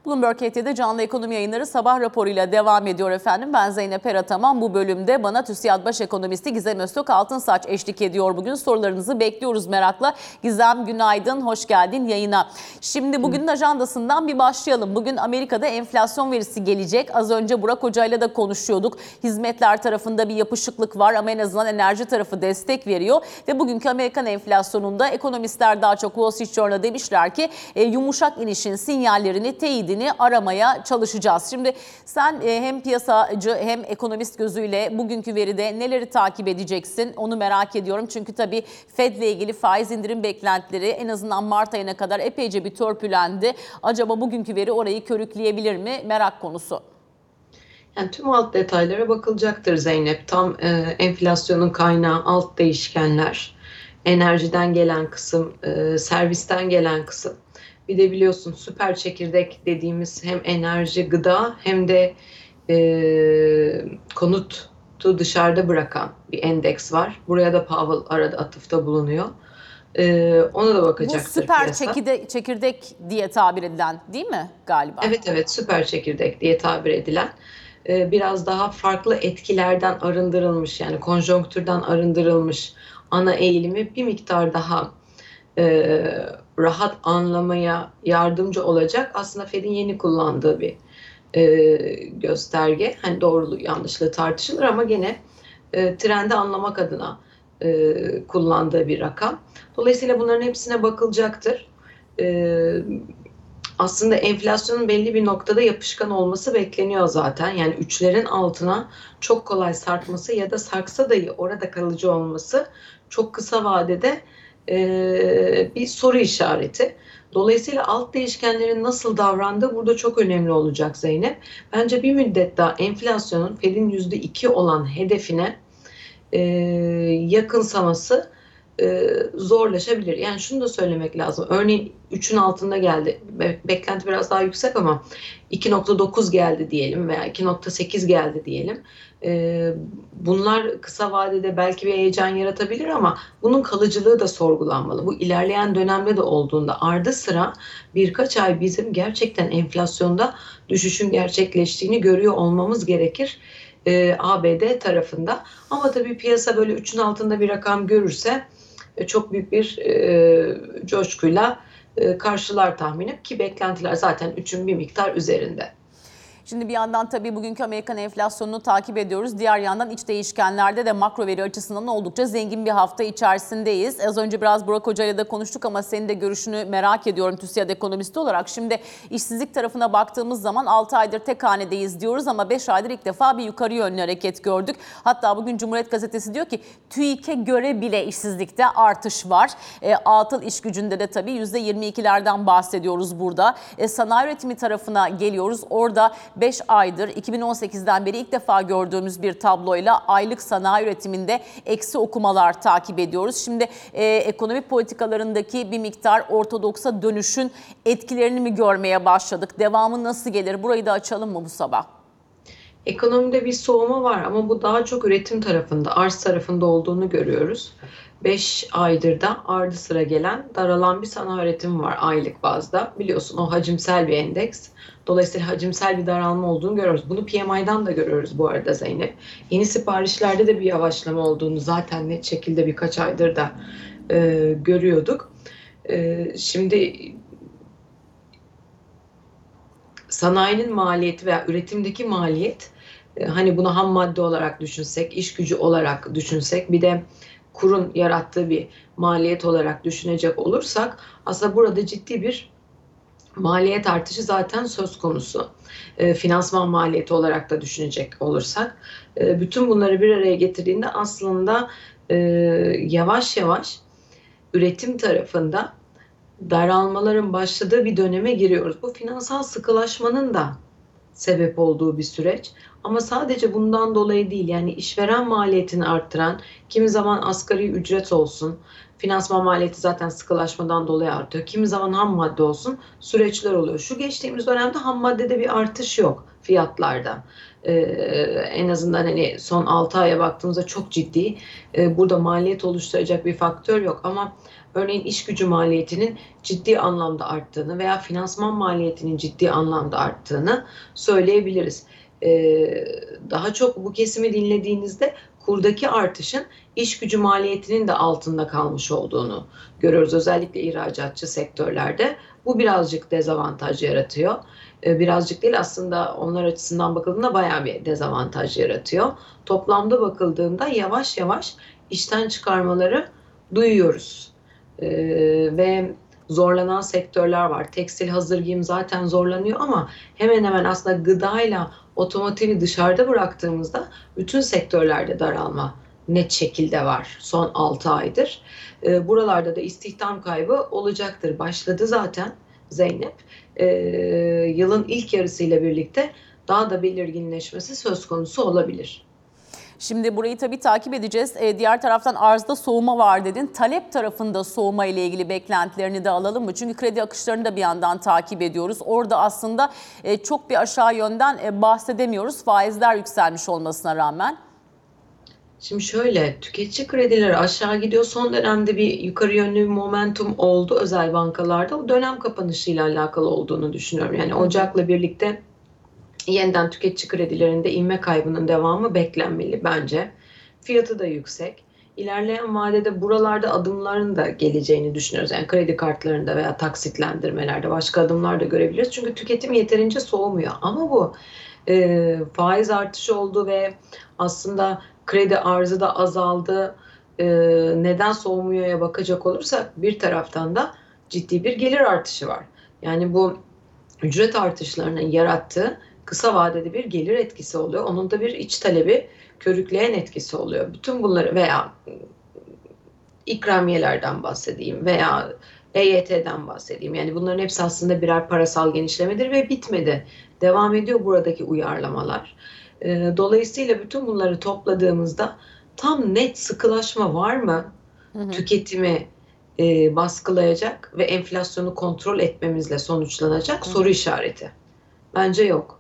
Bloomberg HT'de canlı ekonomi yayınları sabah raporuyla devam ediyor efendim. Ben Zeynep Erataman. Bu bölümde bana TÜSİAD Baş Ekonomisti Gizem Öztürk Altınsaç eşlik ediyor bugün. Sorularınızı bekliyoruz merakla. Gizem günaydın, hoş geldin yayına. Şimdi bugünün ajandasından bir başlayalım. Bugün Amerika'da enflasyon verisi gelecek. Az önce Burak Hoca ile de konuşuyorduk. Hizmetler tarafında bir yapışıklık var ama en azından enerji tarafı destek veriyor. Ve bugünkü Amerikan enflasyonunda ekonomistler daha çok Wall Street Journal'a demişler ki yumuşak inişin sinyallerini, teyidini aramaya çalışacağız. Şimdi sen hem piyasacı hem ekonomist gözüyle bugünkü veride neleri takip edeceksin onu merak ediyorum. Çünkü tabii Fed'le ilgili faiz indirim beklentileri en azından Mart ayına kadar epeyce bir törpülendi. Acaba bugünkü veri orayı körükleyebilir mi? Merak konusu. Yani tüm alt detaylara bakılacaktır Zeynep. Tam enflasyonun kaynağı alt değişkenler, enerjiden gelen kısım, servisten gelen kısım. Bir de biliyorsun süper çekirdek dediğimiz hem enerji, gıda hem de konutu dışarıda bırakan bir endeks var. Buraya da Powell arada atıfta bulunuyor. Ona da Bu bakacaktır süper piyasa. çekirdek diye tabir edilen değil mi galiba? Evet, evet, süper çekirdek diye tabir edilen biraz daha farklı etkilerden arındırılmış, yani konjonktürden arındırılmış ana eğilimi bir miktar daha rahat anlamaya yardımcı olacak aslında Fed'in yeni kullandığı bir gösterge. Hani doğruluğu yanlışlığı tartışılır ama gene trendi anlamak adına kullandığı bir rakam. Dolayısıyla bunların hepsine bakılacaktır. Aslında enflasyonun belli bir noktada yapışkan olması bekleniyor zaten. Yani üçlerin altına çok kolay sarkması ya da sarksa dahi orada kalıcı olması çok kısa vadede bir soru işareti. Dolayısıyla alt değişkenlerin nasıl davrandığı burada çok önemli olacak Zeynep. Bence bir müddet daha enflasyonun Fed'in %2 olan hedefine yakınsaması zorlaşabilir. Yani şunu da söylemek lazım. Örneğin 3'ün altında geldi. Beklenti biraz daha yüksek ama 2,9 geldi diyelim veya 2,8 geldi diyelim. Bunlar kısa vadede belki bir heyecan yaratabilir ama bunun kalıcılığı da sorgulanmalı. Bu ilerleyen dönemde de olduğunda ardı sıra birkaç ay bizim gerçekten enflasyonda düşüşün gerçekleştiğini görüyor olmamız gerekir. ABD tarafında. Ama tabii piyasa böyle 3'ün altında bir rakam görürse çok büyük bir coşkuyla karşılar tahminim ki beklentiler zaten 3'ün bir miktar üzerinde. Şimdi bir yandan tabii bugünkü Amerikan enflasyonunu takip ediyoruz. Diğer yandan iç değişkenlerde de makro veri açısından oldukça zengin bir hafta içerisindeyiz. Az önce biraz Burak Hoca ile de konuştuk ama senin de görüşünü merak ediyorum TÜSİAD ekonomisti olarak. Şimdi işsizlik tarafına baktığımız zaman 6 aydır tek hanedeyiz diyoruz ama 5 aydır ilk defa bir yukarı yönlü hareket gördük. Hatta bugün Cumhuriyet Gazetesi diyor ki TÜİK'e göre bile işsizlikte artış var. Atıl iş gücünde de tabii %22'lerden bahsediyoruz burada. Sanayi üretimi tarafına geliyoruz. Orada 5 aydır 2018'den beri ilk defa gördüğümüz bir tabloyla aylık sanayi üretiminde eksi okumalar takip ediyoruz. Şimdi ekonomi politikalarındaki bir miktar ortodoksa dönüşün etkilerini mi görmeye başladık? Devamı nasıl gelir? Burayı da açalım mı bu sabah? Ekonomide bir soğuma var ama bu daha çok üretim tarafında, arz tarafında olduğunu görüyoruz. 5 aydır da ardı sıra gelen daralan bir sanayi üretimi var aylık bazda. Biliyorsun o hacimsel bir endeks. Dolayısıyla hacimsel bir daralma olduğunu görüyoruz. Bunu PMI'dan da görüyoruz bu arada Zeynep. Yeni siparişlerde de bir yavaşlama olduğunu zaten net şekilde birkaç aydır da görüyorduk. Şimdi sanayinin maliyeti veya üretimdeki maliyet, hani bunu ham madde olarak düşünsek, iş gücü olarak düşünsek, bir de kurun yarattığı bir maliyet olarak düşünecek olursak aslında burada ciddi bir maliyet artışı zaten söz konusu. Finansman maliyeti olarak da düşünecek olursak. Bütün bunları bir araya getirdiğinde aslında yavaş yavaş üretim tarafında daralmaların başladığı bir döneme giriyoruz. Bu finansal sıkılaşmanın da sebep olduğu bir süreç. Ama sadece bundan dolayı değil, yani işveren maliyetini arttıran, kimi zaman asgari ücret olsun, finansman maliyeti zaten sıkılaşmadan dolayı artıyor. Kimi zaman ham madde olsun, süreçler oluyor. Şu geçtiğimiz dönemde ham maddede bir artış yok fiyatlarda. En azından hani son 6 aya baktığımızda çok ciddi burada maliyet oluşturacak bir faktör yok. Ama örneğin iş gücü maliyetinin ciddi anlamda arttığını veya finansman maliyetinin ciddi anlamda arttığını söyleyebiliriz. Daha çok bu kesimi dinlediğinizde kurdaki artışın iş gücü maliyetinin de altında kalmış olduğunu görüyoruz. Özellikle ihracatçı sektörlerde bu birazcık dezavantaj yaratıyor. Birazcık değil, aslında onlar açısından bakıldığında bayağı bir dezavantaj yaratıyor. Toplamda bakıldığında yavaş yavaş işten çıkarmaları duyuyoruz. Ve zorlanan sektörler var. Tekstil, hazır giyim zaten zorlanıyor ama hemen hemen aslında gıdayla otomotivi dışarıda bıraktığımızda bütün sektörlerde daralma net şekilde var son 6 aydır. Buralarda da istihdam kaybı olacaktır. Başladı zaten Zeynep. Yılın ilk yarısıyla birlikte daha da belirginleşmesi söz konusu olabilir. Şimdi burayı tabii takip edeceğiz. Diğer taraftan arzda soğuma var dedin. Talep tarafında soğuma ile ilgili beklentilerini de alalım mı? Çünkü kredi akışlarını da bir yandan takip ediyoruz. Orada aslında çok bir aşağı yönden bahsedemiyoruz. Faizler yükselmiş olmasına rağmen. Şimdi şöyle, tüketici kredileri aşağı gidiyor. Son dönemde bir yukarı yönlü bir momentum oldu özel bankalarda. O dönem kapanışıyla alakalı olduğunu düşünüyorum. Yani Ocak'la birlikte yeniden tüketici kredilerinde inme kaybının devamı beklenmeli bence. Fiyatı da yüksek. İlerleyen vadede buralarda adımların da geleceğini düşünüyoruz. Yani kredi kartlarında veya taksitlendirmelerde başka adımlar da görebiliriz. Çünkü tüketim yeterince soğumuyor. Ama bu faiz artışı oldu ve aslında kredi arzı da azaldı. Neden soğumuyor'ya bakacak olursak bir taraftan da ciddi bir gelir artışı var. Yani bu ücret artışlarının yarattığı kısa vadede bir gelir etkisi oluyor. Onun da bir iç talebi körükleyen etkisi oluyor. Bütün bunları veya ikramiyelerden bahsedeyim veya EYT'den bahsedeyim. Yani bunların hepsi aslında birer parasal genişlemedir ve bitmedi. Devam ediyor buradaki uyarlamalar. Dolayısıyla bütün bunları topladığımızda tam net sıkılaşma var mı? Tüketimi baskılayacak ve enflasyonu kontrol etmemizle sonuçlanacak soru işareti. Bence yok.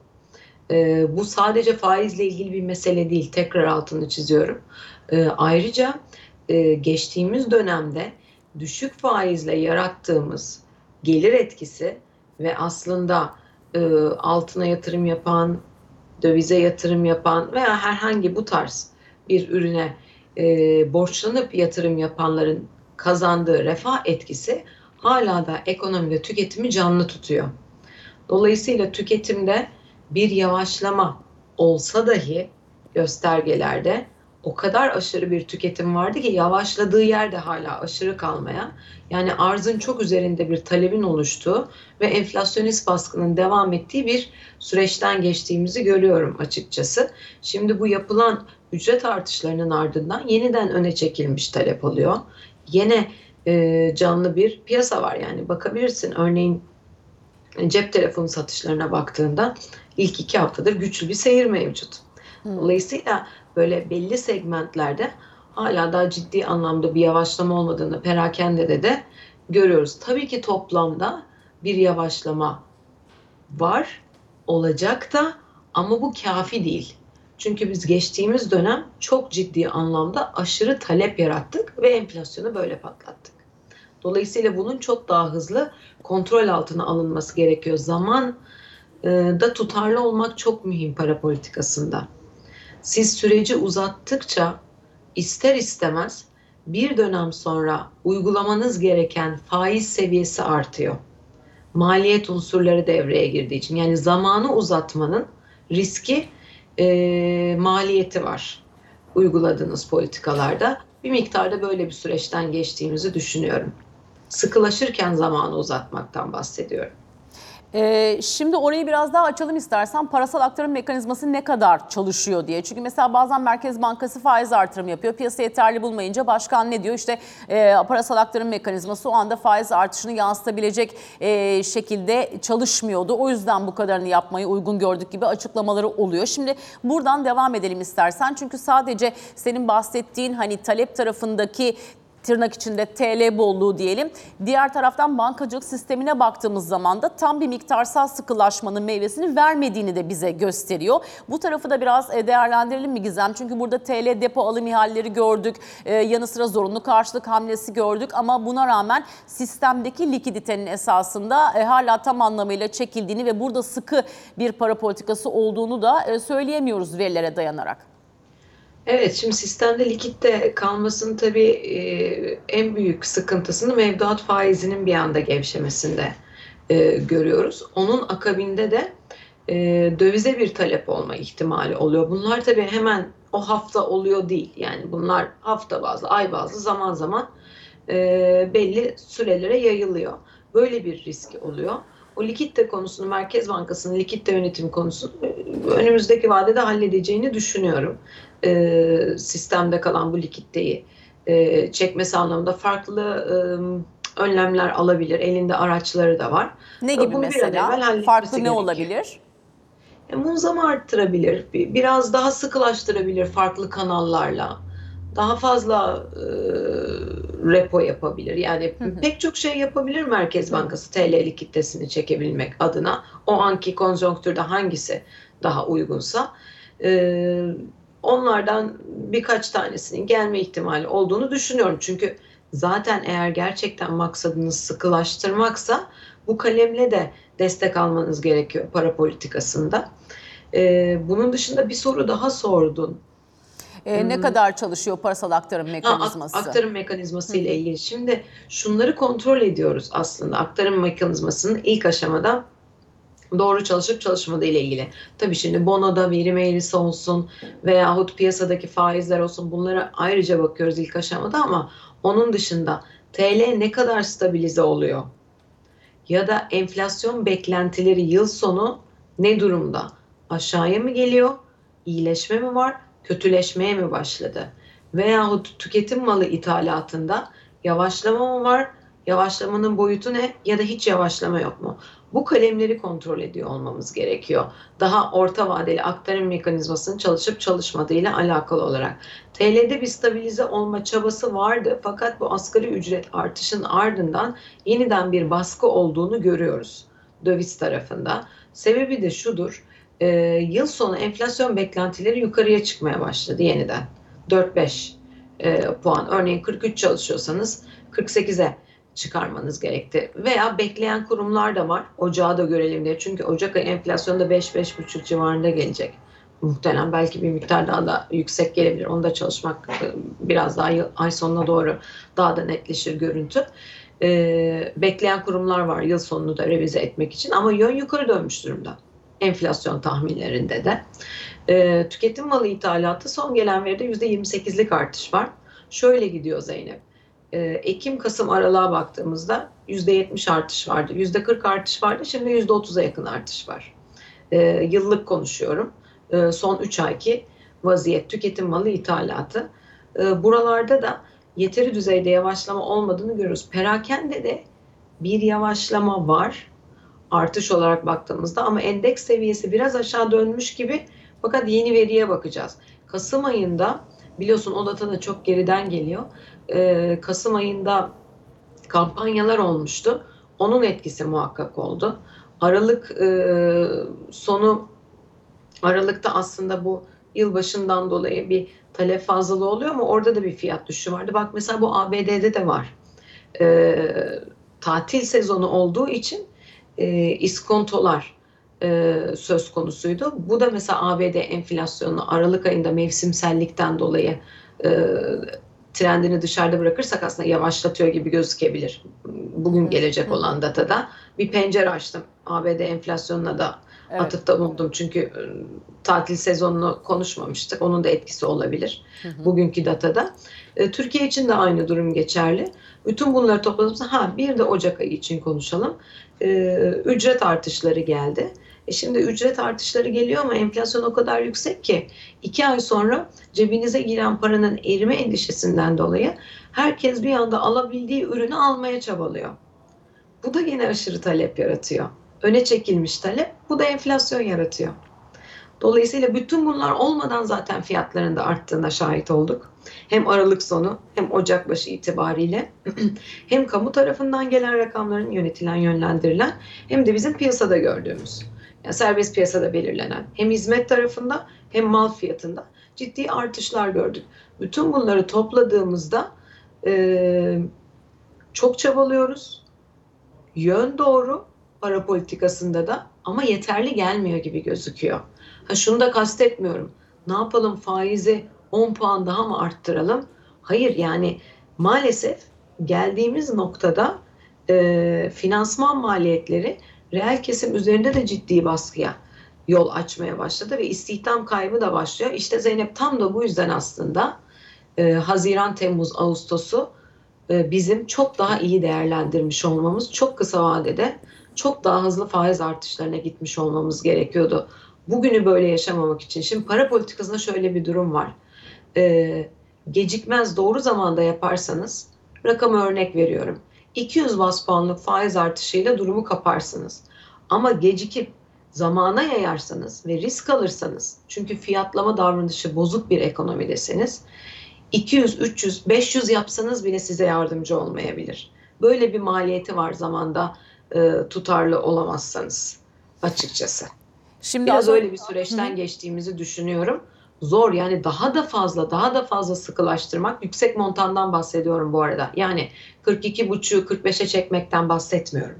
Bu sadece faizle ilgili bir mesele değil. Tekrar altını çiziyorum. Ayrıca geçtiğimiz dönemde düşük faizle yarattığımız gelir etkisi ve aslında altına yatırım yapan, dövize yatırım yapan veya herhangi bu tarz bir ürüne borçlanıp yatırım yapanların kazandığı refah etkisi hala da ekonomi ve tüketimi canlı tutuyor. Dolayısıyla tüketimde bir yavaşlama olsa dahi göstergelerde o kadar aşırı bir tüketim vardı ki yavaşladığı yerde hala aşırı kalmaya, yani arzın çok üzerinde bir talebin oluştuğu ve enflasyonist baskının devam ettiği bir süreçten geçtiğimizi görüyorum açıkçası. Şimdi bu yapılan ücret artışlarının ardından yeniden öne çekilmiş talep oluyor. Yine canlı bir piyasa var, yani bakabilirsin örneğin cep telefonu satışlarına baktığında ilk 2 haftadır güçlü bir seyir mevcut. Dolayısıyla böyle belli segmentlerde hala daha ciddi anlamda bir yavaşlama olmadığını perakendede de görüyoruz. Tabii ki toplamda bir yavaşlama var, olacak da, ama bu kafi değil. Çünkü biz geçtiğimiz dönem çok ciddi anlamda aşırı talep yarattık ve enflasyonu böyle patlattık. Dolayısıyla bunun çok daha hızlı kontrol altına alınması gerekiyor. Zaman da tutarlı olmak çok mühim para politikasında. Siz süreci uzattıkça ister istemez bir dönem sonra uygulamanız gereken faiz seviyesi artıyor. Maliyet unsurları devreye girdiği için, yani zamanı uzatmanın riski, maliyeti var uyguladığınız politikalarda. Bir miktarda böyle bir süreçten geçtiğimizi düşünüyorum. Sıkılaşırken zamanı uzatmaktan bahsediyorum. Şimdi orayı biraz daha açalım istersen, parasal aktarım mekanizması ne kadar çalışıyor diye. Çünkü mesela bazen Merkez Bankası faiz artırım yapıyor. Piyasa yeterli bulmayınca başkan ne diyor? İşte parasal aktarım mekanizması o anda faiz artışını yansıtabilecek şekilde çalışmıyordu. O yüzden bu kadarını yapmayı uygun gördük gibi açıklamaları oluyor. Şimdi buradan devam edelim istersen. Çünkü sadece senin bahsettiğin hani talep tarafındaki tırnak içinde TL bolluğu diyelim. Diğer taraftan bankacılık sistemine baktığımız zaman da tam bir miktarsal sıkılaşmanın meyvesini vermediğini de bize gösteriyor. Bu tarafı da biraz değerlendirelim mi Gizem? Çünkü burada TL depo alım ihaleleri gördük. Yanı sıra zorunlu karşılık hamlesi gördük ama buna rağmen sistemdeki likiditenin esasında hala tam anlamıyla çekildiğini ve burada sıkı bir para politikası olduğunu da söyleyemiyoruz verilere dayanarak. Evet, şimdi sistemde likitte kalmasının tabii en büyük sıkıntısını mevduat faizinin bir anda gevşemesinde görüyoruz. Onun akabinde de dövize bir talep olma ihtimali oluyor. Bunlar tabii hemen o hafta oluyor değil. Yani bunlar hafta bazlı, ay bazlı, zaman zaman belli sürelere yayılıyor. Böyle bir riski oluyor. O likitte konusunu, Merkez Bankası'nın likitte yönetim konusunu önümüzdeki vadede halledeceğini düşünüyorum. Sistemde kalan bu likiditeyi çekmesi anlamında farklı önlemler alabilir. Elinde araçları da var. Ne gibi Bunu bir an evvel mesela? halletmesi Farklı ne gerekiyor. olabilir? Munzamı arttırabilir, biraz daha sıkılaştırabilir farklı kanallarla. Daha fazla repo yapabilir. Yani pek çok şey yapabilir Merkez Bankası TL likiditesini çekebilmek adına. O anki konjonktürde hangisi daha uygunsa. Onlardan birkaç tanesinin gelme ihtimali olduğunu düşünüyorum. Çünkü zaten eğer gerçekten maksadınız sıkılaştırmaksa bu kalemle de destek almanız gerekiyor para politikasında. Bunun dışında bir soru daha sordun. Ne kadar çalışıyor parasal aktarım mekanizması? Aktarım mekanizması ile ilgili. Şimdi şunları kontrol ediyoruz aslında. Aktarım mekanizmasının ilk aşamada doğru çalışıp çalışmadığı ile ilgili. Tabii şimdi bonoda verim eğrisi olsun veyahut piyasadaki faizler olsun, bunlara ayrıca bakıyoruz ilk aşamada ama onun dışında TL ne kadar stabilize oluyor? Ya da enflasyon beklentileri yıl sonu ne durumda? Aşağıya mı geliyor? İyileşme mi var? Kötüleşmeye mi başladı? Veyahut tüketim malı ithalatında yavaşlama mı var? Yavaşlamanın boyutu ne? Ya da hiç yavaşlama yok mu? Bu kalemleri kontrol ediyor olmamız gerekiyor. Daha orta vadeli aktarım mekanizmasının çalışıp çalışmadığıyla alakalı olarak. TL'de bir stabilize olma çabası vardı fakat bu asgari ücret artışın ardından yeniden bir baskı olduğunu görüyoruz döviz tarafında. Sebebi de şudur, yıl sonu enflasyon beklentileri yukarıya çıkmaya başladı yeniden. 4-5 puan, örneğin 43 çalışıyorsanız 48'e çıkarmanız gerekti. Veya bekleyen kurumlar da var. Ocağı da görelim diye. Çünkü Ocak ayı enflasyonu da 5-5,5 civarında gelecek. Muhtemelen belki bir miktar daha da yüksek gelebilir. Onu da çalışmak biraz daha ay sonuna doğru daha da netleşir görüntü. Bekleyen kurumlar var yıl sonunu da revize etmek için ama yön yukarı dönmüş durumda. Enflasyon tahminlerinde de. Tüketim malı ithalatı son gelen veride %28'lik artış var. Şöyle gidiyor Zeynep. Ekim-Kasım aralığa baktığımızda %70 artış vardı. %40 artış vardı. Şimdi %30'a yakın artış var. Yıllık konuşuyorum. Son 3 ayki vaziyet tüketim malı ithalatı. Buralarda da yeteri düzeyde yavaşlama olmadığını görüyoruz. Perakende de bir yavaşlama var. Artış olarak baktığımızda ama endeks seviyesi biraz aşağı dönmüş gibi, fakat yeni veriye bakacağız. Kasım ayında biliyorsun o data da çok geriden geliyor. Kasım ayında kampanyalar olmuştu. Onun etkisi muhakkak oldu. Aralık sonu, Aralık'ta aslında bu yılbaşından dolayı bir talep fazlalığı oluyor ama orada da bir fiyat düşüşü vardı. Bak mesela bu ABD'de de var. Tatil sezonu olduğu için iskontolar söz konusuydu. Bu da mesela ABD enflasyonunu Aralık ayında mevsimsellikten dolayı trendini dışarıda bırakırsak aslında yavaşlatıyor gibi gözükebilir. Bugün gelecek olan datada bir pencere açtım. ABD enflasyonuna da atıfta bulundum. Çünkü tatil sezonunu konuşmamıştık. Onun da etkisi olabilir. Bugünkü datada. Türkiye için de aynı durum geçerli. Bütün bunları topladığımızda bir de Ocak ayı için konuşalım. Ücret artışları geldi. Şimdi ücret artışları geliyor ama enflasyon o kadar yüksek ki 2 ay sonra cebinize giren paranın erime endişesinden dolayı herkes bir anda alabildiği ürünü almaya çabalıyor. Bu da yine aşırı talep yaratıyor. Öne çekilmiş talep, bu da enflasyon yaratıyor. Dolayısıyla bütün bunlar olmadan zaten fiyatların da arttığına şahit olduk. Hem Aralık sonu hem Ocak başı itibariyle hem kamu tarafından gelen rakamların yönetilen, yönlendirilen hem de bizim piyasada gördüğümüz, yani serbest piyasada belirlenen hem hizmet tarafında hem mal fiyatında ciddi artışlar gördük. Bütün bunları topladığımızda çok çabalıyoruz. Yön doğru para politikasında da ama yeterli gelmiyor gibi gözüküyor. Şunu da kastetmiyorum. Ne yapalım, faizi 10 puan daha mı arttıralım? Hayır, yani maalesef geldiğimiz noktada finansman maliyetleri reel kesim üzerinde de ciddi baskıya yol açmaya başladı ve istihdam kaybı da başlıyor. İşte Zeynep, tam da bu yüzden aslında Haziran, Temmuz, Ağustos'u bizim çok daha iyi değerlendirmiş olmamız, çok kısa vadede çok daha hızlı faiz artışlarına gitmiş olmamız gerekiyordu. Bugünü böyle yaşamamak için. Şimdi para politikasında şöyle bir durum var. Gecikmez, doğru zamanda yaparsanız, rakamı örnek veriyorum, 200 bas puanlık faiz artışıyla durumu kaparsınız. Ama gecikip zamana yayarsanız ve risk alırsanız, çünkü fiyatlama davranışı bozuk bir ekonomidesiniz, 200, 300, 500 yapsanız bile size yardımcı olmayabilir. Böyle bir maliyeti var zamanda tutarlı olamazsanız açıkçası. Şimdi Biraz öyle bir süreçten geçtiğimizi düşünüyorum. Zor, yani daha da fazla sıkılaştırmak, yüksek montandan bahsediyorum bu arada. Yani 42,5'u 45'e çekmekten bahsetmiyorum.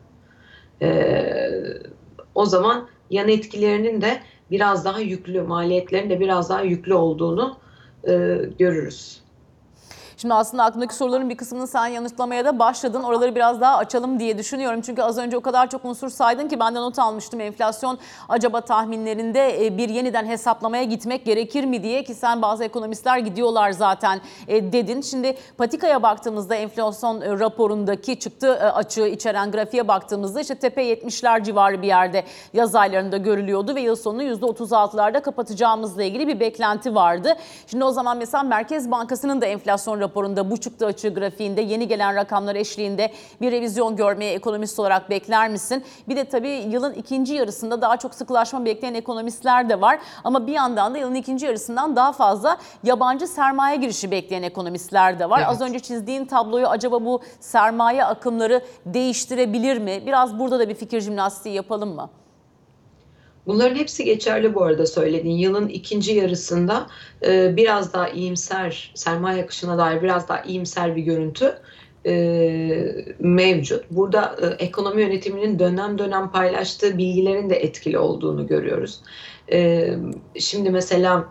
O zaman yan etkilerinin de biraz daha yüklü, maliyetlerin de biraz daha yüklü olduğunu görürüz. Şimdi aslında aklımdaki soruların bir kısmını sen yanıtlamaya da başladın. Oraları biraz daha açalım diye düşünüyorum. Çünkü az önce o kadar çok unsur saydın ki ben de not almıştım. Enflasyon acaba tahminlerinde bir yeniden hesaplamaya gitmek gerekir mi diye, ki sen bazı ekonomistler gidiyorlar zaten dedin. Şimdi patikaya baktığımızda, enflasyon raporundaki çıktı açığı içeren grafiğe baktığımızda işte tepe 70'ler civarı bir yerde yaz aylarında görülüyordu ve yıl sonunu %36'larda kapatacağımızla ilgili bir beklenti vardı. Şimdi o zaman mesela Merkez Bankası'nın da enflasyon raporunda bu çıktı açığı grafiğinde yeni gelen rakamlar eşliğinde bir revizyon görmeye ekonomist olarak bekler misin? Bir de tabii yılın ikinci yarısında daha çok sıkılaşma bekleyen ekonomistler de var. Ama bir yandan da yılın ikinci yarısından daha fazla yabancı sermaye girişi bekleyen ekonomistler de var. Evet. Az önce çizdiğin tabloyu acaba bu sermaye akımları değiştirebilir mi? Biraz burada da bir fikir jimnastiği yapalım mı? Bunların hepsi geçerli bu arada söylediğin. Yılın ikinci yarısında biraz daha iyimser, sermaye akışına dair biraz daha iyimser bir görüntü mevcut. Burada ekonomi yönetiminin dönem dönem paylaştığı bilgilerin de etkili olduğunu görüyoruz. Şimdi mesela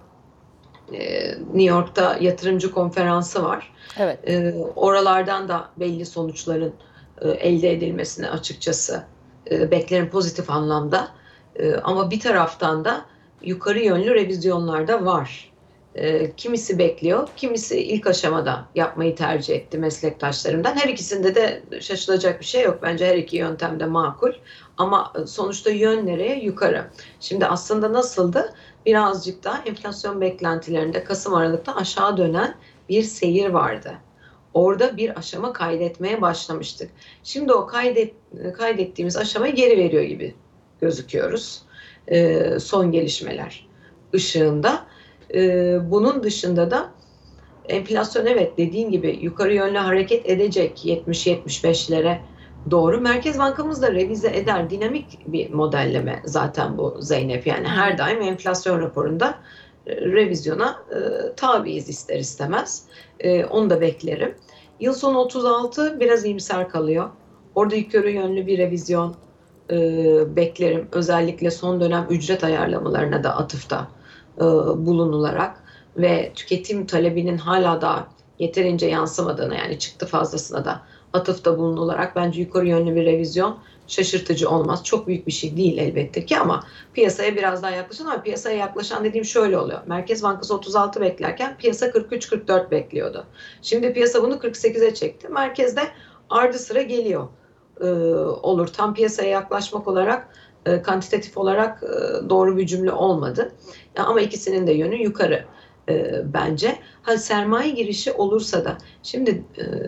New York'ta yatırımcı konferansı var. Evet. Oralardan da belli sonuçların elde edilmesini açıkçası beklerim pozitif anlamda. Ama bir taraftan da yukarı yönlü revizyonlar da var. Kimisi bekliyor, kimisi ilk aşamada yapmayı tercih etti meslektaşlarımdan. Her ikisinde de şaşılacak bir şey yok. Bence her iki yöntem de makul. Ama sonuçta yön nereye? Yukarı. Şimdi aslında nasıldı? Birazcık daha enflasyon beklentilerinde Kasım Aralık'ta aşağı dönen bir seyir vardı. Orada bir aşama kaydetmeye başlamıştık. Şimdi o kaydettiğimiz aşamayı geri veriyor gibi gözüküyoruz. Son gelişmeler ışığında. Bunun dışında da enflasyon, evet, dediğin gibi yukarı yönlü hareket edecek 70-75'lere doğru. Merkez Bankamız da revize eder. Dinamik bir modelleme zaten bu Zeynep. Yani her daim enflasyon raporunda revizyona tabiiz ister istemez. Onu da beklerim. Yıl sonu 36 biraz iyimser kalıyor. Orada yukarı yönlü bir revizyon beklerim. Özellikle son dönem ücret ayarlamalarına da atıfta bulunularak ve tüketim talebinin hala da yeterince yansımadığına, yani çıktı fazlasına da atıfta bulunularak bence yukarı yönlü bir revizyon şaşırtıcı olmaz. Çok büyük bir şey değil elbette ki ama piyasaya biraz daha yaklaşan, ama piyasaya yaklaşan dediğim şöyle oluyor. Merkez Bankası 36 beklerken piyasa 43-44 bekliyordu. Şimdi piyasa bunu 48'e çekti. Merkezde ardı sıra geliyor. Olur. Tam piyasaya yaklaşmak olarak kantitatif olarak doğru bir cümle olmadı. Ama ikisinin de yönü yukarı bence. Sermaye girişi olursa da şimdi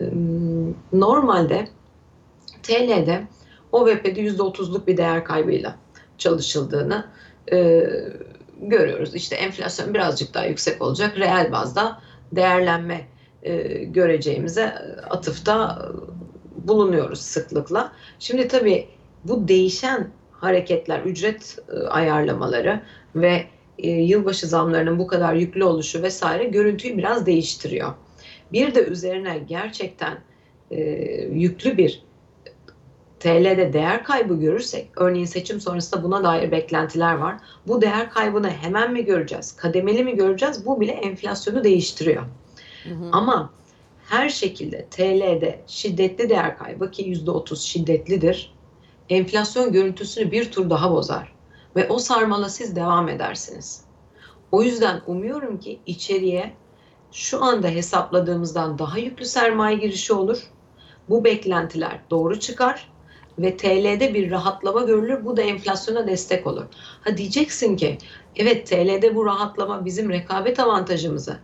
normalde TL'de OVP'de %30'luk bir değer kaybıyla çalışıldığını görüyoruz. İşte enflasyon birazcık daha yüksek olacak. Reel bazda değerlenme göreceğimize atıfta bulunuyoruz sıklıkla. Şimdi tabii bu değişen hareketler, ücret ayarlamaları ve yılbaşı zamlarının bu kadar yüklü oluşu vesaire görüntüyü biraz değiştiriyor. Bir de üzerine gerçekten yüklü bir TL'de değer kaybı görürsek, örneğin seçim sonrasında buna dair beklentiler var. Bu değer kaybını hemen mi göreceğiz, kademeli mi göreceğiz? Bu bile enflasyonu değiştiriyor. Ama her şekilde TL'de şiddetli değer kaybı, ki %30 şiddetlidir, enflasyon görüntüsünü bir tur daha bozar ve o sarmala siz devam edersiniz. O yüzden umuyorum ki içeriye şu anda hesapladığımızdan daha yüklü sermaye girişi olur. Bu beklentiler doğru çıkar ve TL'de bir rahatlama görülür. Bu da enflasyona destek olur. Ha, diyeceksin ki evet, TL'de bu rahatlama bizim rekabet avantajımızı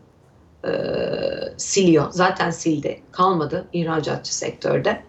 siliyor. Zaten sildi. Kalmadı ihracatçı sektörde,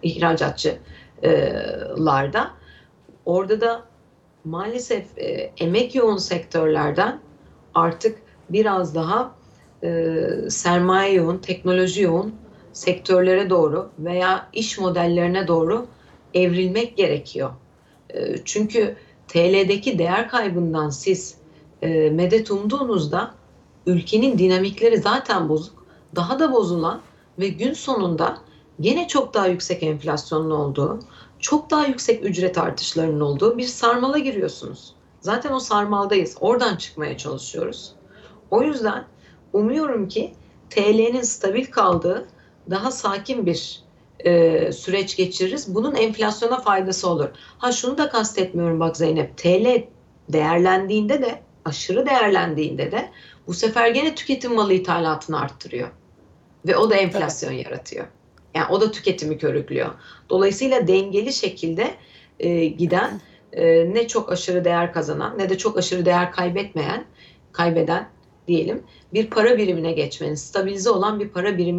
ihracatçılarda. Orada da maalesef emek yoğun sektörlerden artık biraz daha sermaye yoğun, teknoloji yoğun sektörlere doğru veya iş modellerine doğru evrilmek gerekiyor. Çünkü TL'deki değer kaybından siz medet umduğunuzda ülkenin dinamikleri zaten bozuk, daha da bozulan ve gün sonunda gene çok daha yüksek enflasyonun olduğu, çok daha yüksek ücret artışlarının olduğu bir sarmala giriyorsunuz. Zaten o sarmaldayız. Oradan çıkmaya çalışıyoruz. O yüzden umuyorum ki TL'nin stabil kaldığı daha sakin bir süreç geçiririz. Bunun enflasyona faydası olur. Ha, şunu da kastetmiyorum bak Zeynep. TL değerlendiğinde de, aşırı değerlendiğinde de bu sefer gene tüketim malı ithalatını arttırıyor. Ve o da enflasyon yaratıyor. Yani o da tüketimi körüklüyor. Dolayısıyla dengeli şekilde giden, ne çok aşırı değer kazanan ne de çok aşırı değer kaybeden diyelim bir para birimine geçmeniz, stabilize olan bir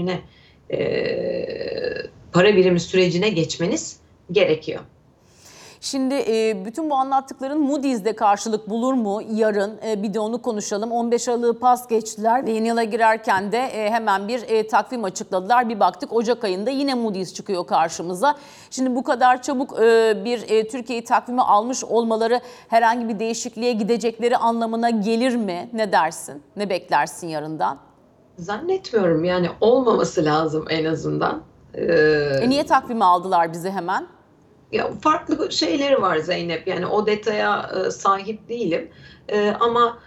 para birimi sürecine geçmeniz gerekiyor. Şimdi bütün bu anlattıkların Moody's'de karşılık bulur mu yarın? Bir de onu konuşalım. 15 Aralık'ı pas geçtiler ve yeni yıla girerken de hemen bir takvim açıkladılar. Bir baktık Ocak ayında yine Moody's çıkıyor karşımıza. Şimdi bu kadar çabuk bir Türkiye'yi takvime almış olmaları herhangi bir değişikliğe gidecekleri anlamına gelir mi? Ne dersin? Ne beklersin yarından? Zannetmiyorum, yani olmaması lazım en azından. Niye takvime aldılar bizi hemen? Ya farklı şeyleri var Zeynep. Yani o detaya sahip değilim. Ama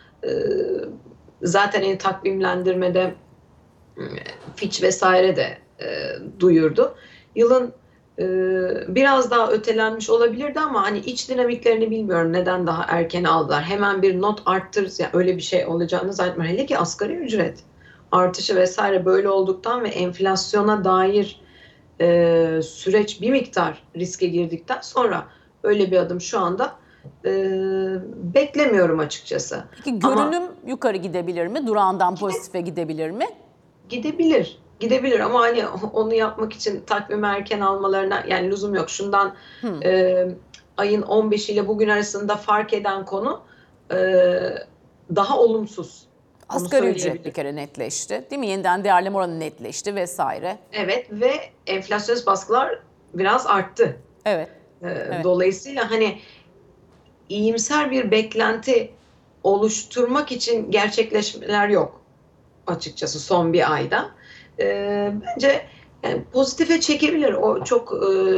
zaten takvimlendirmede Fitch vesaire de duyurdu. Yılın biraz daha ötelenmiş olabilirdi ama hani iç dinamiklerini bilmiyorum, neden daha erken aldılar. Hemen bir not arttırırız, yani öyle bir şey olacağını zannetmiyorum. Hele ki asgari ücret artışı vesaire böyle olduktan ve enflasyona dair süreç bir miktar riske girdikten sonra öyle bir adım şu anda beklemiyorum açıkçası. Peki görünüm yukarı gidebilir mi? Durağından pozitife gidebilir mi? Gidebilir ama hani onu yapmak için takvimi erken almalarına yani lüzum yok. Şundan ayın 15 ile bugün arasında fark eden konu daha olumsuz. Asgari ücret bir kere netleşti, değil mi? Yeniden değerleme oranı netleşti vesaire. Evet ve enflasyonist baskılar biraz arttı. Evet. Evet. Dolayısıyla hani iyimser bir beklenti oluşturmak için gerçekleşmeler yok açıkçası son bir ayda. Bence yani pozitife çekebilir. O çok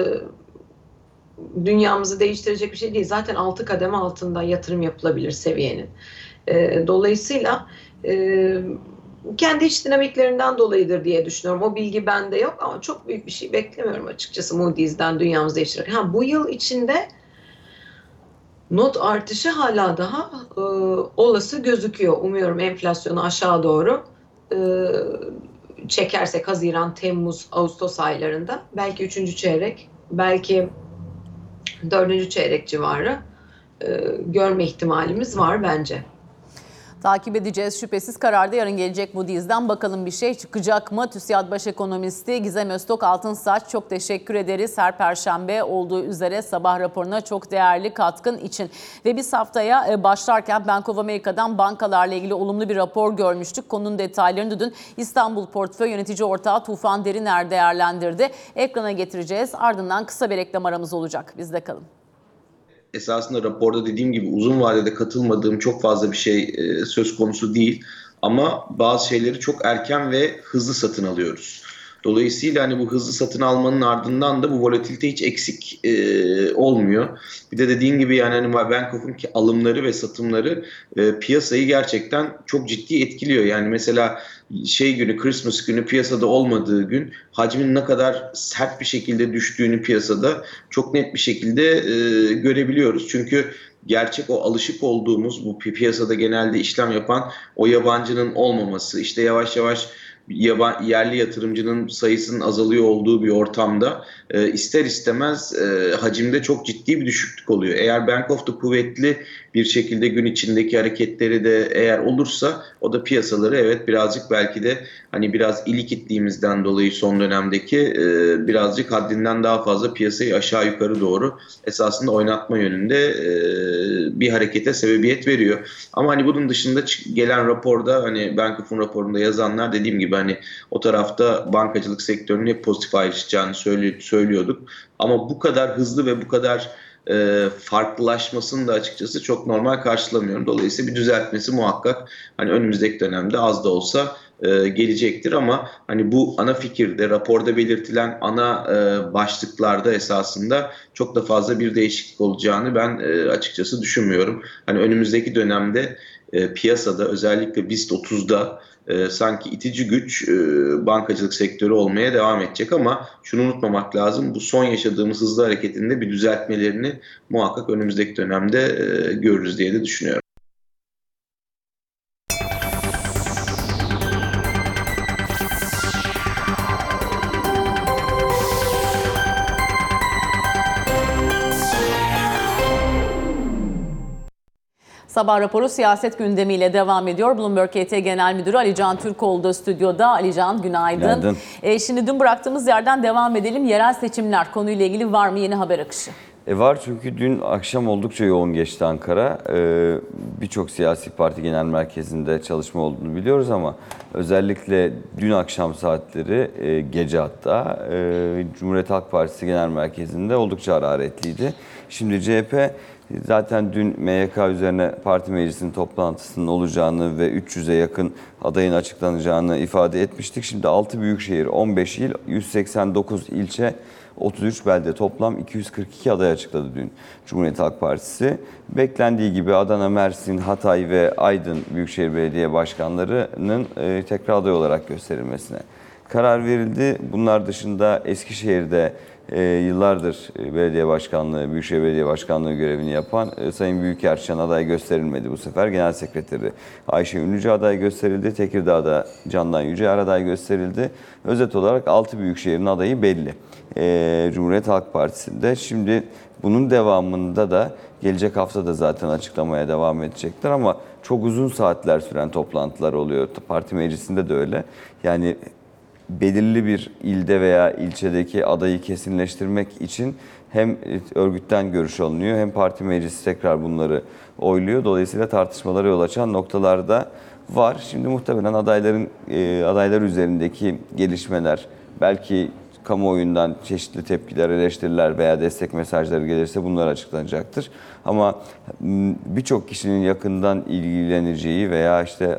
dünyamızı değiştirecek bir şey değil. Zaten 6 kademe altında yatırım yapılabilir seviyenin. Dolayısıyla kendi iç dinamiklerinden dolayıdır diye düşünüyorum. O bilgi bende yok ama çok büyük bir şey beklemiyorum açıkçası Moody's'den dünyamızı değiştirecek. Bu yıl içinde not artışı hala daha olası gözüküyor. Umuyorum enflasyonu aşağı doğru çekersek Haziran, Temmuz, Ağustos aylarında belki 3. çeyrek, belki 4. çeyrek civarı görme ihtimalimiz var bence. Takip edeceğiz. Şüphesiz kararda yarın gelecek Moody's'den. Bakalım bir şey çıkacak mı? TÜSİAD Baş Ekonomisti Gizem Öztok Altınsaç, çok teşekkür ederiz. Her Perşembe olduğu üzere sabah raporuna çok değerli katkın için. Ve biz haftaya başlarken Bank of America'dan bankalarla ilgili olumlu bir rapor görmüştük. Konunun detaylarını dün İstanbul Portföy Yönetici Ortağı Tufan Deriner değerlendirdi. Ekrana getireceğiz. Ardından kısa bir reklam aramız olacak. Bizde kalın. Esasında raporda dediğim gibi uzun vadede katılmadığım çok fazla bir şey söz konusu değil. Ama bazı şeyleri çok erken ve hızlı satın alıyoruz. Dolayısıyla hani bu hızlı satın almanın ardından da bu volatilite hiç eksik olmuyor. Bir de dediğin gibi yani hani Bank of'un alımları ve satımları piyasayı gerçekten çok ciddi etkiliyor. Yani mesela günü, Christmas günü piyasada olmadığı gün hacmin ne kadar sert bir şekilde düştüğünü piyasada çok net bir şekilde görebiliyoruz. Çünkü gerçek o alışık olduğumuz bu piyasada genelde işlem yapan o yabancının olmaması, işte yavaş yavaş yerli yatırımcının sayısının azalıyor olduğu bir ortamda ister istemez hacimde çok ciddi bir düşüklük oluyor. Eğer Bank of da kuvvetli bir şekilde gün içindeki hareketleri de eğer olursa o da piyasaları evet birazcık belki de hani biraz ilikitliğimizden dolayı son dönemdeki birazcık haddinden daha fazla piyasayı aşağı yukarı doğru esasında oynatma yönünde bir harekete sebebiyet veriyor. Ama hani bunun dışında gelen raporda hani Bank of'un raporunda yazanlar dediğim gibi hani o tarafta bankacılık sektörünün hep pozitif ayrışacağını söylüyorduk. Ama bu kadar hızlı ve bu kadar farklılaşmasını da açıkçası çok normal karşılamıyorum. Dolayısıyla bir düzeltmesi muhakkak hani önümüzdeki dönemde az da olsa gelecektir ama hani bu ana fikirde raporda belirtilen ana başlıklarda esasında çok da fazla bir değişiklik olacağını ben açıkçası düşünmüyorum. Hani önümüzdeki dönemde piyasada özellikle BIST 30'da sanki itici güç bankacılık sektörü olmaya devam edecek ama şunu unutmamak lazım. Bu son yaşadığımız hızlı hareketinde bir düzeltmelerini muhakkak önümüzdeki dönemde görürüz diye de düşünüyorum. Sabah raporu siyaset gündemiyle devam ediyor. Bloomberg KT Genel Müdürü Ali Can Türkoğlu da stüdyoda. Ali Can, günaydın. Günaydın. Şimdi dün bıraktığımız yerden devam edelim. Yerel seçimler konuyla ilgili var mı yeni haber akışı? Var çünkü dün akşam oldukça yoğun geçti Ankara. Birçok siyasi parti genel merkezinde çalışma olduğunu biliyoruz ama özellikle dün akşam saatleri gece hatta Cumhuriyet Halk Partisi genel merkezinde oldukça hararetliydi. Şimdi CHP zaten dün MYK üzerine parti meclisinin toplantısının olacağını ve 300'e yakın adayın açıklanacağını ifade etmiştik. Şimdi 6 büyükşehir, 15 il, 189 ilçe, 33 belde toplam 242 aday açıkladı dün Cumhuriyet Halk Partisi. Beklendiği gibi Adana, Mersin, Hatay ve Aydın Büyükşehir Belediye Başkanları'nın tekrar aday olarak gösterilmesine karar verildi. Bunlar dışında Eskişehir'de yıllardır belediye başkanlığı, Büyükşehir Belediye Başkanlığı görevini yapan Sayın Büyükerşen aday gösterilmedi bu sefer. Genel Sekreteri Ayşe Ünlüce aday gösterildi. Tekirdağ'da Candan Yücel aday gösterildi. Özet olarak 6 büyükşehirin adayı belli. Cumhuriyet Halk Partisi'nde. Şimdi bunun devamında da gelecek hafta da zaten açıklamaya devam edecekler ama çok uzun saatler süren toplantılar oluyor. Parti meclisinde de öyle. Yani belirli bir ilde veya ilçedeki adayı kesinleştirmek için hem örgütten görüş alınıyor hem parti meclisi tekrar bunları oyluyor. Dolayısıyla tartışmalara yol açan noktalar da var. Şimdi muhtemelen adaylar üzerindeki gelişmeler, belki kamuoyundan çeşitli tepkiler, eleştiriler veya destek mesajları gelirse bunlar açıklanacaktır. Ama birçok kişinin yakından ilgileneceği veya işte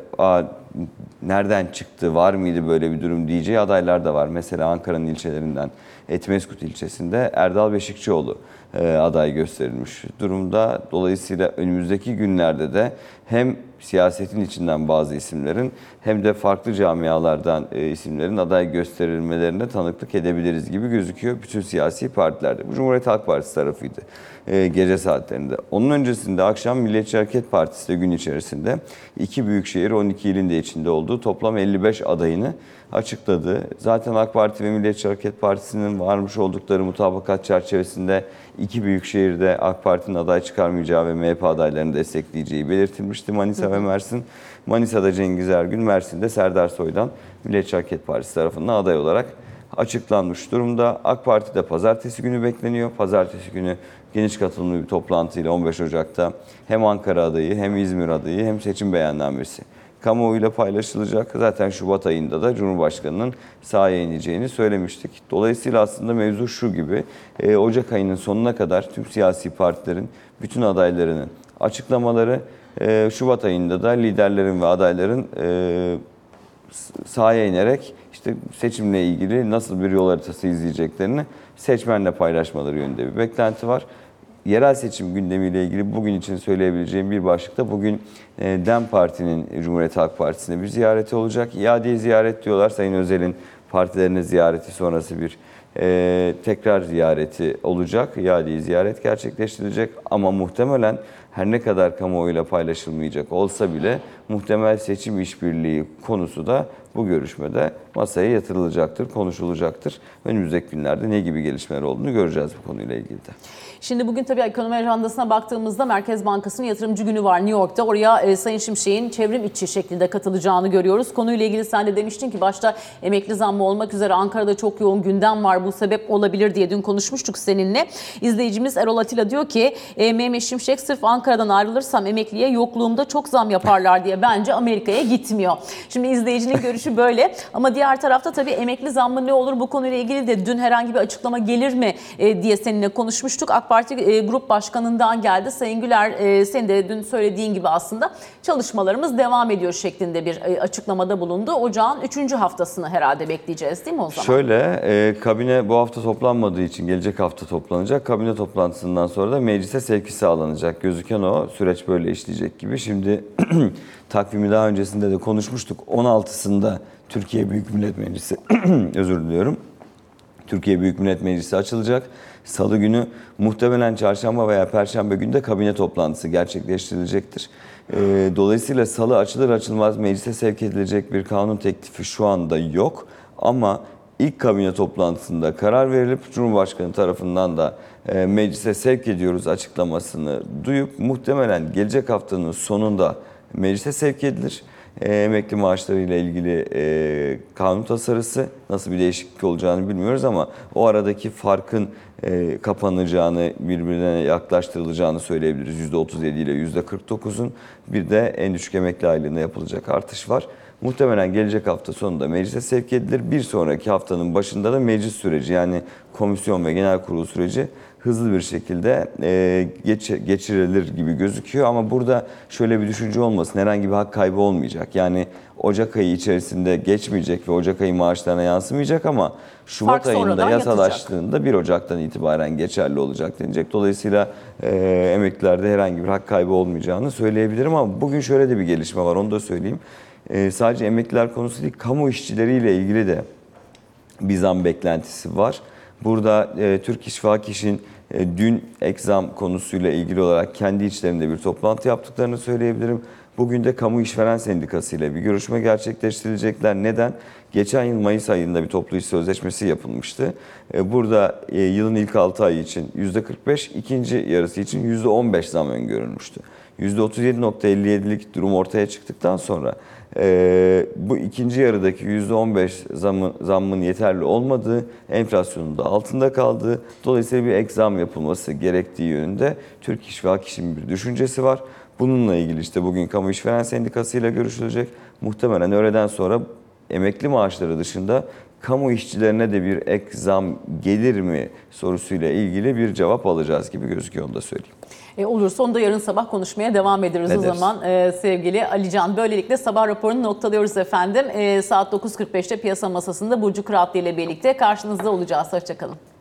nereden çıktı, var mıydı böyle bir durum diyeceği adaylar da var. Mesela Ankara'nın ilçelerinden Etmeskut ilçesinde Erdal Beşikçioğlu aday gösterilmiş durumda. Dolayısıyla önümüzdeki günlerde de hem siyasetin içinden bazı isimlerin hem de farklı camialardan isimlerin aday gösterilmelerine tanıklık edebiliriz gibi gözüküyor bütün siyasi partilerde. Bu Cumhuriyet Halk Partisi tarafıydı gece saatlerinde. Onun öncesinde akşam Milliyetçi Hareket Partisi de gün içerisinde 2 büyükşehir 12 ilin de içinde olduğu toplam 55 adayını açıkladı. Zaten AK Parti ve Milliyetçi Hareket Partisi'nin varmış oldukları mutabakat çerçevesinde İki büyük şehirde AK Parti'nin aday çıkarmayacağı ve MHP adaylarını destekleyeceği belirtilmişti. Manisa ve Mersin. Manisa'da Cengiz Ergün, Mersin'de Serdar Soydan Milliyetçi Hareket Partisi tarafından aday olarak açıklanmış durumda. AK Parti'de pazartesi günü bekleniyor. Pazartesi günü geniş katılımlı bir toplantıyla 15 Ocak'ta hem Ankara adayı hem İzmir adayı hem seçim beyannamesi kamuoyuyla paylaşılacak. Zaten Şubat ayında da Cumhurbaşkanı'nın sahaya ineceğini söylemiştik. Dolayısıyla aslında mevzu şu gibi, Ocak ayının sonuna kadar tüm siyasi partilerin bütün adaylarının açıklamaları, Şubat ayında da liderlerin ve adayların sahaya inerek işte seçimle ilgili nasıl bir yol haritası izleyeceklerini seçmenle paylaşmaları yönünde bir beklenti var. Yerel seçim gündemiyle ilgili bugün için söyleyebileceğim bir başlıkta bugün DEM Parti'nin Cumhuriyet Halk Partisi'ne bir ziyareti olacak. İade ziyaret diyorlar. Sayın Özel'in partilerine ziyareti sonrası bir tekrar ziyareti olacak. İade ziyaret gerçekleştirilecek ama muhtemelen her ne kadar kamuoyuyla paylaşılmayacak olsa bile muhtemel seçim işbirliği konusu da bu görüşmede masaya yatırılacaktır, konuşulacaktır. Önümüzdeki günlerde ne gibi gelişmeler olduğunu göreceğiz bu konuyla ilgili de. Şimdi bugün tabii ekonomi ajandasına baktığımızda Merkez Bankası'nın yatırımcı günü var New York'ta. Oraya Sayın Şimşek'in çevrim içi şekilde katılacağını görüyoruz. Konuyla ilgili sen de demiştin ki başta emekli zammı olmak üzere Ankara'da çok yoğun gündem var. Bu sebep olabilir diye dün konuşmuştuk seninle. İzleyicimiz Erol Atilla diyor ki Mehmet Şimşek sırf Ankara'dan ayrılırsam emekliye yokluğumda çok zam yaparlar diye bence Amerika'ya gitmiyor. Şimdi izleyicinin görüşü böyle ama diğer tarafta tabii emekli zammı ne olur bu konuyla ilgili de dün herhangi bir açıklama gelir mi diye seninle konuşmuştuk. AK Parti Grup Başkanı'ndan geldi. Sayın Güler senin de dün söylediğin gibi aslında çalışmalarımız devam ediyor şeklinde bir açıklamada bulundu. Ocağın 3. haftasını herhalde bekleyeceğiz değil mi o zaman? Şöyle, kabine bu hafta toplanmadığı için gelecek hafta toplanacak. Kabine toplantısından sonra da meclise sevki sağlanacak. Gözüken o süreç böyle işleyecek gibi. Şimdi takvimi daha öncesinde de konuşmuştuk. 16'sında Türkiye Büyük Millet Meclisi özür diliyorum. Türkiye Büyük Millet Meclisi açılacak. Salı günü muhtemelen çarşamba veya perşembe günü de kabine toplantısı gerçekleştirilecektir. Dolayısıyla salı açılır açılmaz meclise sevk edilecek bir kanun teklifi şu anda yok. Ama ilk kabine toplantısında karar verilip Cumhurbaşkanı tarafından da meclise sevk ediyoruz açıklamasını duyup muhtemelen gelecek haftanın sonunda meclise sevk edilir. Emekli maaşları ile ilgili kanun tasarısı nasıl bir değişiklik olacağını bilmiyoruz ama o aradaki farkın kapanacağını, birbirine yaklaştırılacağını söyleyebiliriz. %37 ile %49'un bir de en düşük emekli aylığına yapılacak artış var. Muhtemelen gelecek hafta sonunda meclise sevk edilir. Bir sonraki haftanın başında da meclis süreci yani komisyon ve genel kurul süreci hızlı bir şekilde geçirilir gibi gözüküyor. Ama burada şöyle bir düşünce olmasın, herhangi bir hak kaybı olmayacak. Yani Ocak ayı içerisinde geçmeyecek ve Ocak ayı maaşlarına yansımayacak ama Şubat ayında yasalaştığında 1 Ocak'tan itibaren geçerli olacak denilecek. Dolayısıyla emeklilerde herhangi bir hak kaybı olmayacağını söyleyebilirim ama bugün şöyle de bir gelişme var, onu da söyleyeyim. Sadece emekliler konusu değil, kamu işçileriyle ilgili de bir zam beklentisi var. Burada Türk İş ve Hak İş'in dün ek zam konusuyla ilgili olarak kendi içlerinde bir toplantı yaptıklarını söyleyebilirim. Bugün de Kamu İşveren Sendikası ile bir görüşme gerçekleştirecekler. Neden? Geçen yıl Mayıs ayında bir toplu iş sözleşmesi yapılmıştı. Burada yılın ilk 6 ayı için %45, ikinci yarısı için %15 zam öngörülmüştü. %37.57'lik durum ortaya çıktıktan sonra bu ikinci yarıdaki %15 zammın yeterli olmadığı, enflasyonun da altında kaldığı, dolayısıyla bir ek zam yapılması gerektiği yönünde Türk İş ve Hak İş'in bir düşüncesi var. Bununla ilgili işte bugün Kamu İşveren Sendikası ile görüşülecek. Muhtemelen öğleden sonra emekli maaşları dışında kamu işçilerine de bir ek zam gelir mi sorusuyla ilgili bir cevap alacağız gibi gözüküyor, onu da söyleyeyim. Olursa onu da yarın sabah konuşmaya devam ederiz o zaman sevgili Alican. Böylelikle sabah raporunu noktalıyoruz efendim. Saat 9.45'te piyasa masasında Burcu Kıratlı ile birlikte karşınızda olacağız. Hoşçakalın.